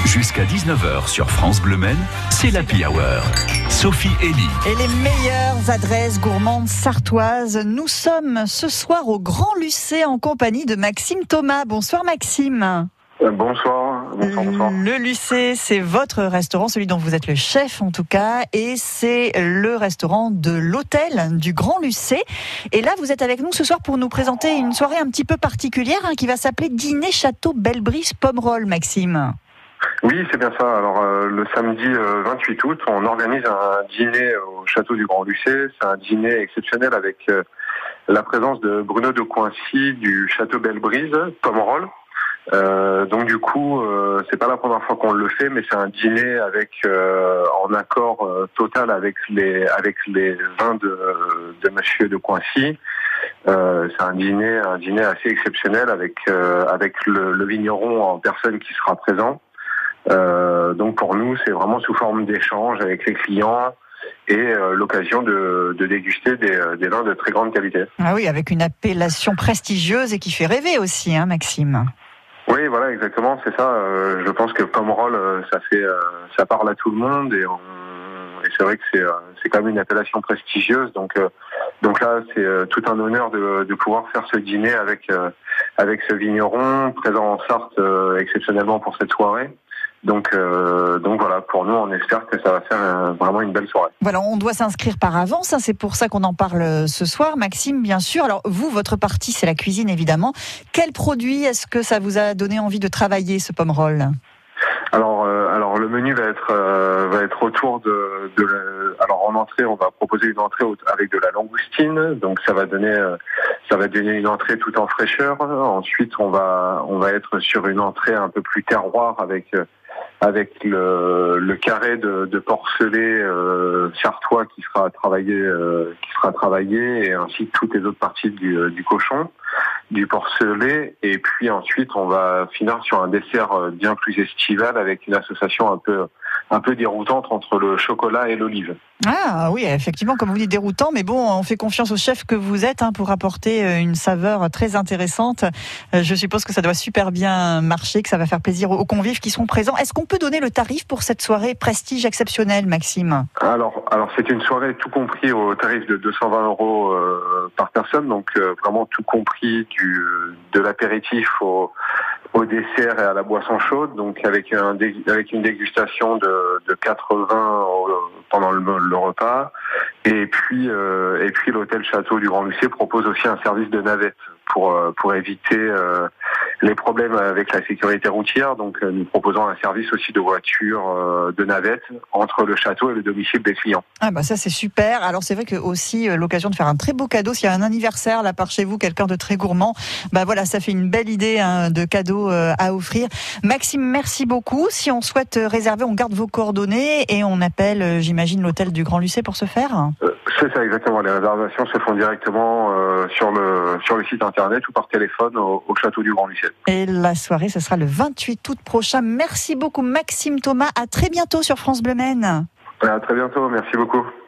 Jusqu'à 19 h sur France Bleu Maine, c'est l'Happy Hour. Sophie Elie. Et les meilleures adresses gourmandes sartoises. Nous sommes ce soir au Grand Lucé en compagnie de Maxime Thomas. Bonsoir Maxime. Bonsoir. Le Lucé, c'est votre restaurant, celui dont vous êtes le chef en tout cas, et c'est le restaurant de l'hôtel du Grand Lucé. Et là, vous êtes avec nous ce soir pour nous présenter une soirée un petit peu particulière qui va s'appeler Dîner Château Belle-Brise Pomerol, Maxime. Oui, c'est bien ça. Alors, le samedi 28 août, on organise un dîner au château du Grand Lucé. C'est un dîner exceptionnel avec la présence de Bruno de Coincy du château Belle-Brise Pomerol. Donc du coup, c'est pas la première fois qu'on le fait, mais c'est un dîner avec en accord total avec les vins de Monsieur de Coincy. C'est un dîner assez exceptionnel avec le vigneron en personne qui sera présent. Donc pour nous, c'est vraiment sous forme d'échange avec les clients et l'occasion de déguster des vins de très grande qualité. Ah oui, avec une appellation prestigieuse et qui fait rêver aussi, Maxime. Oui, voilà, exactement, c'est ça. Je pense que Pomerol, ça parle à tout le monde et c'est vrai que c'est quand même une appellation prestigieuse. Donc là, c'est tout un honneur de pouvoir faire ce dîner avec ce vigneron présent en Sarthe exceptionnellement pour cette soirée. Donc voilà, pour nous, on espère que ça va faire vraiment une belle soirée. Voilà, on doit s'inscrire par avance, c'est pour ça qu'on en parle ce soir, Maxime, bien sûr. Alors vous, votre partie, c'est la cuisine, évidemment. Quel produit est-ce que ça vous a donné envie de travailler, ce Pomerol ? Alors le menu va être autour alors en entrée, on va proposer une entrée avec de la langoustine, donc ça va donner une entrée tout en fraîcheur. Ensuite, on va être sur une entrée un peu plus terroir avec le carré de porcelet sartois qui sera travaillé et ainsi que toutes les autres parties du cochon, du porcelet. Et puis ensuite on va finir sur un dessert bien plus estival avec une association un peu déroutante entre le chocolat et l'olive. Ah oui, effectivement, comme vous dites, déroutant, mais bon, on fait confiance au chef que vous êtes pour apporter une saveur très intéressante. Je suppose que ça doit super bien marcher, que ça va faire plaisir aux convives qui seront présents. Est-ce qu'on peut donner le tarif pour cette soirée prestige exceptionnelle, Maxime ? Alors c'est une soirée tout compris au tarif de 220 € par personne, donc vraiment tout compris de l'apéritif au dessert et à la boisson chaude, donc avec une dégustation de 80 pendant le repas. Et puis l'hôtel Château du Grand Lucé propose aussi un service de navette pour éviter les problèmes avec la sécurité routière. Donc nous proposons un service aussi de voiture de navette entre le château et le domicile des clients. Ah ça c'est super. Alors c'est vrai que aussi l'occasion de faire un très beau cadeau s'il y a un anniversaire là par chez vous, quelqu'un de très gourmand. Voilà, ça fait une belle idée de cadeau à offrir. Maxime, merci beaucoup. Si on souhaite réserver, on garde vos coordonnées et on appelle, j'imagine, l'hôtel du Grand Lucé pour ce faire. C'est ça exactement. Les réservations se font directement sur le site internet ou par téléphone au château du Grand Lucé. Et la soirée, ce sera le 28 août prochain. Merci beaucoup Maxime Thomas. À très bientôt sur France Bleu Maine. À très bientôt. Merci beaucoup.